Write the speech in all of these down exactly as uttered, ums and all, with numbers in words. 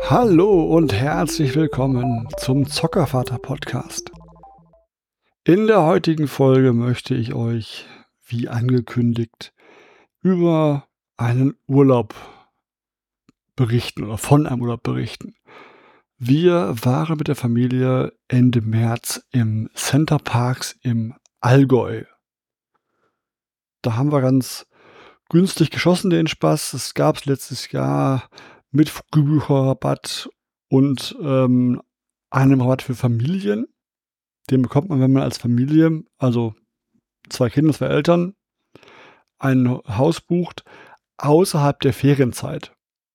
Hallo und herzlich willkommen zum Zockervater-Podcast. In der heutigen Folge möchte ich euch, wie angekündigt, über einen Urlaub berichten oder von einem Urlaub berichten. Wir waren mit der Familie Ende März im Center Parcs im Allgäu. Da haben wir ganz günstig geschossen den Spaß. Das gab es letztes Jahr mit Frühbucherrabatt und ähm, einem Rabatt für Familien. Den bekommt man, wenn man als Familie, also zwei Kinder, zwei Eltern, ein Haus bucht außerhalb der Ferienzeit.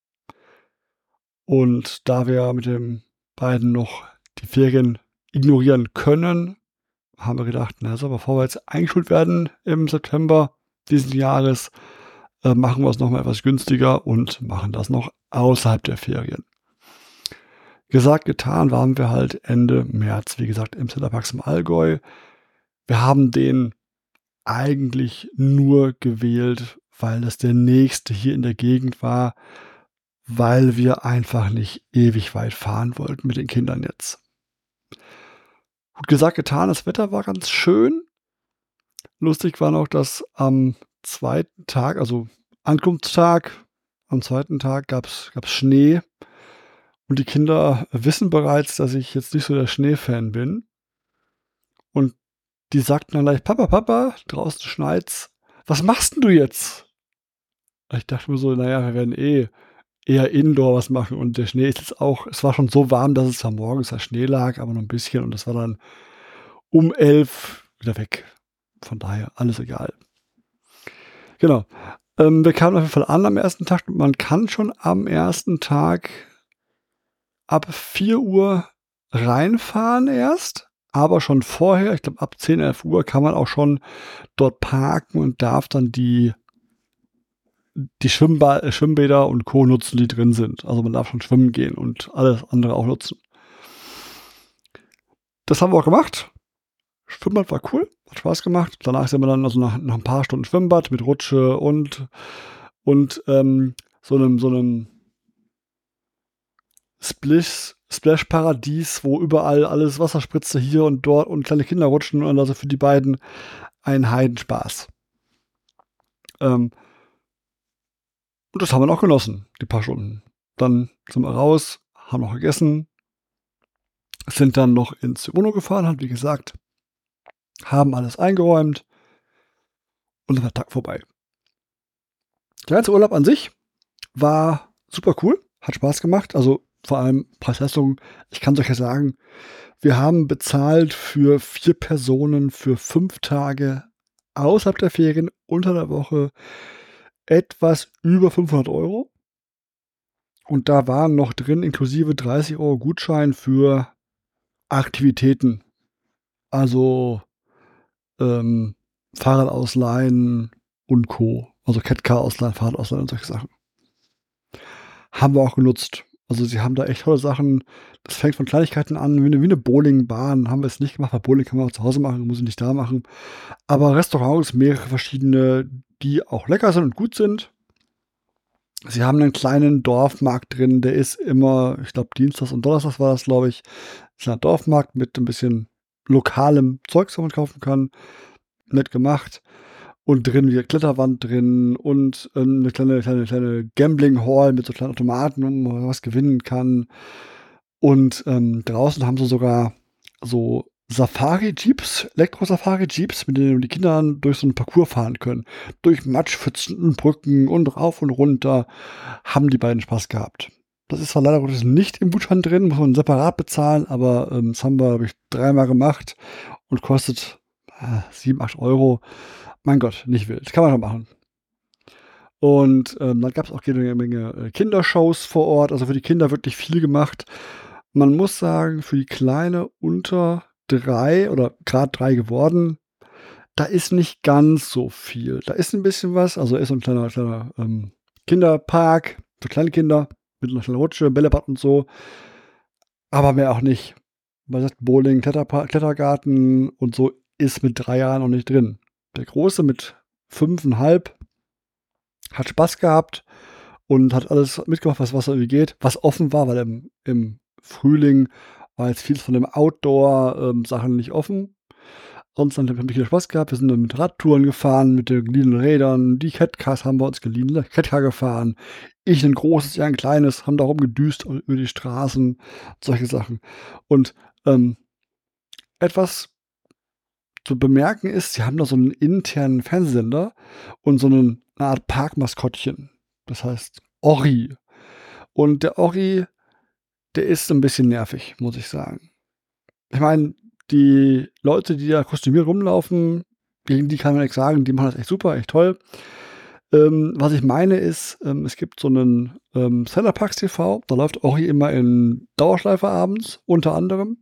Und da wir mit den beiden noch die Ferien ignorieren können, haben wir gedacht, na so, bevor wir jetzt eingeschult werden im September diesen Jahres, äh, machen wir es nochmal etwas günstiger und machen das noch außerhalb der Ferien. Gesagt, getan, waren wir halt Ende März, wie gesagt, im Center Parcs im Allgäu. Wir haben den eigentlich nur gewählt, weil das der nächste hier in der Gegend war, weil wir einfach nicht ewig weit fahren wollten mit den Kindern jetzt. Gut gesagt, getan, das Wetter war ganz schön. Lustig war noch, dass am zweiten Tag, also Ankunftstag, am zweiten Tag gab es Schnee. Und die Kinder wissen bereits, dass ich jetzt nicht so der Schneefan bin. Und die sagten dann gleich, Papa, Papa, draußen schneit's. Was machst denn du jetzt? Ich dachte mir so, naja, wir werden eh eher Indoor was machen. Und der Schnee ist jetzt auch, es war schon so warm, dass es zwar morgens da Schnee lag, aber noch ein bisschen. Und das war dann um elf wieder weg. Von daher alles egal. Genau. Ähm, wir kamen auf jeden Fall an am ersten Tag. Man kann schon am ersten Tag ab vier Uhr reinfahren erst, aber schon vorher, ich glaube ab zehn, elf Uhr kann man auch schon dort parken und darf dann die, die Schwimmba- Schwimmbäder und Co. nutzen, die drin sind. Also man darf schon schwimmen gehen und alles andere auch nutzen. Das haben wir auch gemacht. Schwimmbad war cool, hat Spaß gemacht. Danach sind wir dann also nach, nach ein paar Stunden Schwimmbad mit Rutsche und, und ähm, so einem, so einem Splish, Splash-Paradies, wo überall alles Wasser spritzte hier und dort und kleine Kinder rutschen und also für die beiden ein Heidenspaß. Ähm, und das haben wir noch genossen, die paar Stunden. Dann sind wir raus, haben noch gegessen, sind dann noch ins Uno gefahren, haben wie gesagt, haben alles eingeräumt und dann war der Tag vorbei. Der ganze Urlaub an sich war super cool, hat Spaß gemacht, also vor allem Preis-Leistung. Ich kann es euch ja sagen, wir haben bezahlt für vier Personen für fünf Tage außerhalb der Ferien unter der Woche etwas über fünfhundert Euro. Und da waren noch drin inklusive dreißig Euro Gutschein für Aktivitäten. Also ähm, Fahrrad ausleihen und Co. Also Catcar ausleihen, Fahrrad ausleihen und solche Sachen. Haben wir auch genutzt. Also sie haben da echt tolle Sachen. Das fängt von Kleinigkeiten an, wie eine, wie eine Bowlingbahn. Haben wir es nicht gemacht, weil Bowling kann man auch zu Hause machen, muss ich nicht da machen. Aber Restaurants, mehrere verschiedene, die auch lecker sind und gut sind. Sie haben einen kleinen Dorfmarkt drin, der ist immer, ich glaube Dienstags und Donnerstags war das, glaube ich. Das ist ein Dorfmarkt mit ein bisschen lokalem Zeugs, was man kaufen kann. Nett gemacht. Und drin wieder Kletterwand drin und äh, eine kleine, kleine, kleine Gambling-Hall mit so kleinen Automaten, wo man was gewinnen kann. Und ähm, draußen haben sie sogar so Safari-Jeeps, Elektro-Safari-Jeeps, mit denen die Kinder dann durch so einen Parcours fahren können. Durch Matschpfützen und Brücken und rauf und runter haben die beiden Spaß gehabt. Das ist zwar leider Gottes nicht im Gutschein drin, muss man separat bezahlen, aber ähm, das haben wir, glaube ich, dreimal gemacht und kostet äh, sieben, acht Euro. Mein Gott, nicht wild. Kann man schon machen. Und ähm, dann gab es auch jede Menge Kindershows vor Ort. Also für die Kinder wirklich viel gemacht. Man muss sagen, für die Kleine unter drei oder gerade drei geworden, da ist nicht ganz so viel. Da ist ein bisschen was. Also ist so ein kleiner, kleiner ähm, Kinderpark für kleine Kinder mit einer kleinen Rutsche, Bällebad und so. Aber mehr auch nicht. Man sagt Bowling, Kletterpa- Klettergarten und so ist mit drei Jahren noch nicht drin. Der Große mit fünfeinhalb hat Spaß gehabt und hat alles mitgemacht, was was irgendwie geht, was offen war, weil im im Frühling war jetzt vieles von dem Outdoor, ähm, Sachen nicht offen. Sonst haben wir viel Spaß gehabt. Wir sind dann mit Radtouren gefahren, mit den geliehenen Rädern. Die Catcars haben wir uns geliehen, ne? Catcar gefahren. Ich ein großes, er ein kleines, haben da rumgedüst über die Straßen, solche Sachen. Und ähm, etwas zu bemerken ist, sie haben da so einen internen Fernsehsender und so 'nen 'ne Art Parkmaskottchen. Das heißt Orri. Und der Orri, der ist 'n bisschen nervig, muss ich sagen. Ich meine, die Leute, die da kostümiert rumlaufen, gegen die kann man nix sagen, die machen das echt super, echt toll. Ähm, was ich meine ist, ähm, es gibt so 'nen, ähm, Center Parcs T V, da läuft Orri immer in Dauerschleife abends, unter anderem.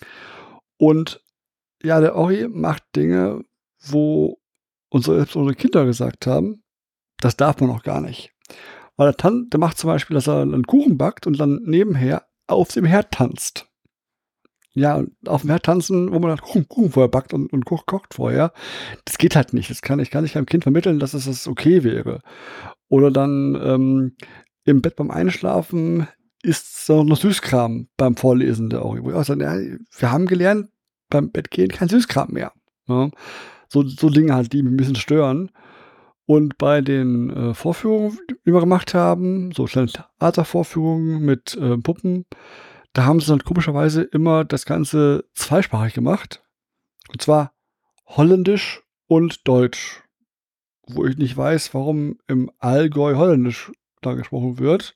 Und ja, der Orri macht Dinge, wo uns selbst unsere Kinder gesagt haben, das darf man auch gar nicht. Weil der tan der macht zum Beispiel, dass er 'nen Kuchen backt und dann nebenher auf dem Herd tanzt. Ja, auf dem Herd tanzen, wo man halt Kuchen Kuchen vorher backt und und Kuchen kocht vorher, das geht halt nicht. Das kann ich kann ich keinem Kind vermitteln, dass es das okay wäre. Oder dann, ähm, im Bett beim Einschlafen isst er noch Süßkram beim Vorlesen, der Orri. Wo ich auch sage: „Ja, wir haben gelernt, beim Bettgehen kein Süßkram mehr“, ne? So so Dinge halt, die mich 'n bisschen stören. Und bei den, äh, Vorführungen, die wir gemacht haben, so kleine Theatervorführungen mit, äh, Puppen, da haben sie dann komischerweise immer das Ganze zweisprachig gemacht. Und zwar Holländisch und Deutsch, wo ich nicht weiß, warum im Allgäu Holländisch da gesprochen wird.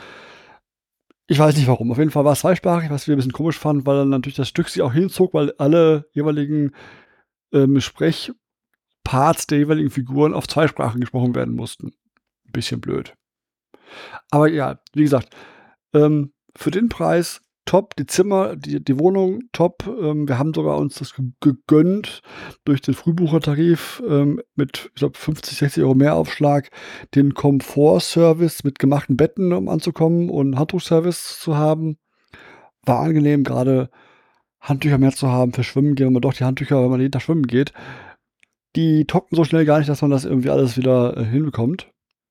Ich weiß nicht warum. Auf jeden Fall war's zweisprachig, was wir 'n bisschen komisch fanden, weil dann natürlich das Stück sich auch hinzog, weil alle jeweiligen, ähm, Sprechparts der jeweiligen Figuren auf zwei Sprachen gesprochen werden mussten. Bisschen blöd. Aber ja, wie gesagt, ähm, für den Preis top, die Zimmer, die die Wohnung top. Ähm, wir haben sogar uns das ge gegönnt durch den Frühbuchertarif, ähm, mit, ich glaube, fünfzig, sechzig Euro Mehraufschlag, den Komfortservice mit gemachten Betten, um anzukommen und Handtuchservice zu haben. War angenehm, grade Handtücher mehr zu haben. Für Schwimmen gehen immer doch die Handtücher, wenn man jeden Tag schwimmen geht. Die trocknen so schnell gar nicht, dass man das irgendwie alles wieder, äh, hinbekommt.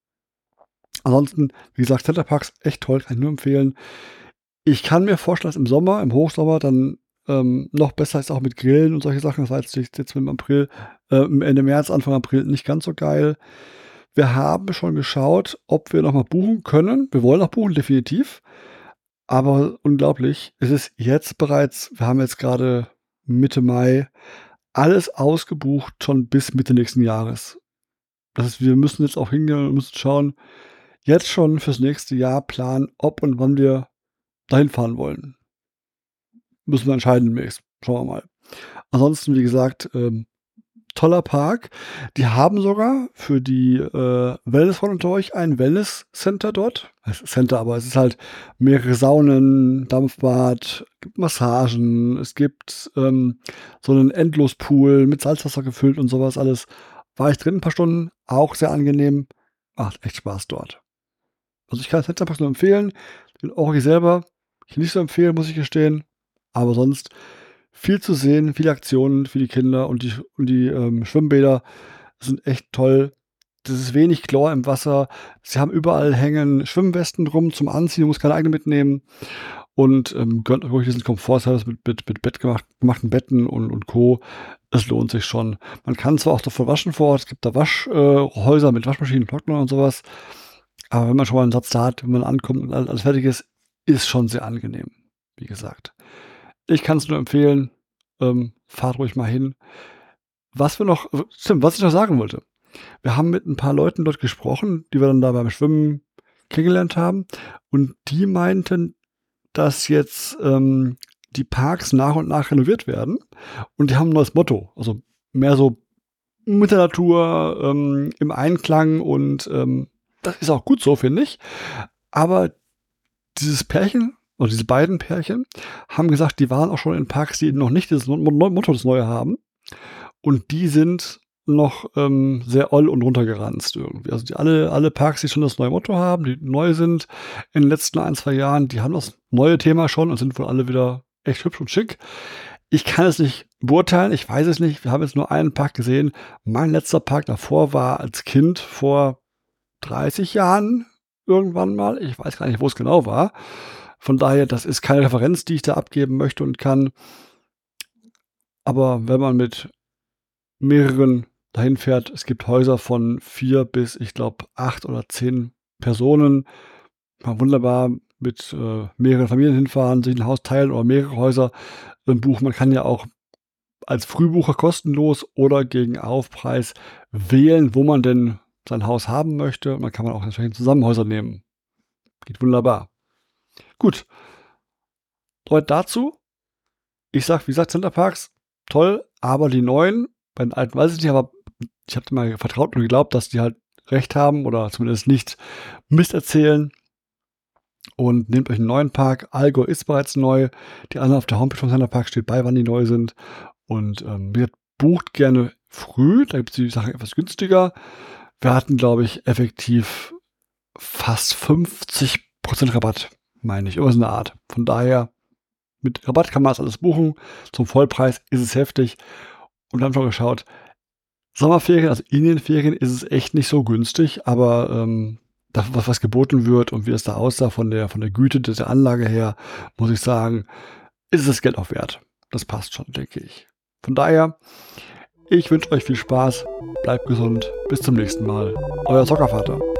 Ansonsten, wie gesagt, Center Parcs echt toll, kann ich nur empfehlen. Ich kann mir vorstellen, dass im Sommer, im Hochsommer dann, ähm, noch besser ist, auch mit Grillen und solche Sachen. Das war jetzt jetzt jetzt im April, äh, Ende März, Anfang April nicht ganz so geil. Wir haben schon geschaut, ob wir noch mal buchen können. Wir wollen auch buchen, definitiv. Aber unglaublich, es ist jetzt bereits, wir haben jetzt grade Mitte Mai, alles ausgebucht schon bis Mitte nächsten Jahres. Das heißt, wir müssen jetzt auch hingehen und müssen schauen, jetzt schon fürs nächste Jahr planen, ob und wann wir dahin fahren wollen. Müssen wir entscheiden demnächst. Schauen wir mal. Ansonsten, wie gesagt, ähm, toller Park. Die haben sogar für die, äh, Wellness-Freunde unter euch ein Wellness-Center dort. Heißt Center, aber es ist halt mehrere Saunen, Dampfbad, gibt Massagen, es gibt, ähm, so 'nen Endlospool mit Salzwasser gefüllt und so was alles. War ich drin 'n paar Stunden, auch sehr angenehm. Macht echt Spaß dort. Also, ich kann Center Parcs nur empfehlen. Den Orri selber kann ich nicht so empfehlen, muss ich gestehen. Aber sonst viel zu sehen, viele Aktionen für die Kinder und die und die, ähm, Schwimmbäder sind echt toll. Das ist wenig Chlor im Wasser. Sie haben überall hängen Schwimmwesten rum zum Anziehen, du musst keine eigene mitnehmen. Und, ähm, gönnt euch ruhig diesen Komfortservice mit mit mit Bett gemacht gemachten Betten und und Co. Es lohnt sich schon. Man kann zwar auch davor waschen vor Ort, es gibt da Wasch äh, Häuser mit Waschmaschinen, Trockner und so was. Aber wenn man schon mal 'n Satz da hat, wenn man ankommt und all alles fertig ist, ist schon sehr angenehm, wie gesagt. Ich kann's nur empfehlen, ähm, fahrt ruhig mal hin. Was wir noch w stimmt, was ich noch sagen wollte. Wir haben mit 'n paar Leuten dort gesprochen, die wir dann da beim Schwimmen kennengelernt haben. Und die meinten, dass jetzt, ähm, die Parks nach und nach renoviert werden. Und die haben 'n neues Motto. Also, mehr so mit der Natur, ähm, im Einklang und, ähm, das ist auch gut so, finde ich. Aber dieses Pärchen oder diese beiden Pärchen haben gesagt, die waren auch schon in Parks, die noch nicht dieses Mo Mo Motto, das neue haben. Und die sind noch, ähm, sehr oll und runtergeranzt irgendwie. Also, die alle alle Parks, die schon das neue Motto haben, die neu sind in den letzten ein, zwei Jahren, die haben das neue Thema schon und sind wohl alle wieder echt hübsch und schick. Ich kann es nicht beurteilen, ich weiß es nicht. Wir haben jetzt nur einen Park gesehen. Mein letzter Park davor war als Kind vor dreißig Jahren irgendwann mal. Ich weiß gar nicht, wo es genau war. Von daher, das ist keine Referenz, die ich da abgeben möchte und kann. Aber wenn man mit mehreren dahin fährt, es gibt Häuser von vier bis, ich glaube, acht oder zehn Personen. Kann man wunderbar mit, äh, mehreren Familien hinfahren, sich 'n Haus teilen oder mehrere Häuser, ähm, buchen. Man kann ja auch als Frühbucher kostenlos oder gegen Aufpreis wählen, wo man denn sein Haus haben möchte. Und dann kann man auch entsprechend zusammen Häuser nehmen. Geht wunderbar. Gut, soweit dazu. Ich sage, wie gesagt, Centerparks, toll, aber die neuen, bei den alten weiß ich nicht, aber ich habe mal vertraut und geglaubt, dass die halt recht haben oder zumindest nicht Mist erzählen. Und nehmt euch einen neuen Park. Allgäu ist bereits neu. Die anderen auf der Homepage vom Centerparks steht bei, wann die neu sind. Und ähm, wie gesagt, bucht gerne früh, da gibt es die Sachen etwas günstiger. Wir hatten, glaube ich, effektiv fast fünfzig Prozent Rabatt, meine ich, irgendwas in der Art. Von daher, mit Rabatt kann man das alles buchen. Zum Vollpreis ist es heftig. Und dann haben wir geschaut, Sommerferien, also in den Ferien ist es echt nicht so günstig, aber ähm, das, was, was geboten wird und wie es da aussah von der, von der Güte der Anlage her, muss ich sagen, ist es das Geld auch wert. Das passt schon, denke ich. Von daher, ich wünsche euch viel Spaß, bleibt gesund, bis zum nächsten Mal. Euer Zockervater.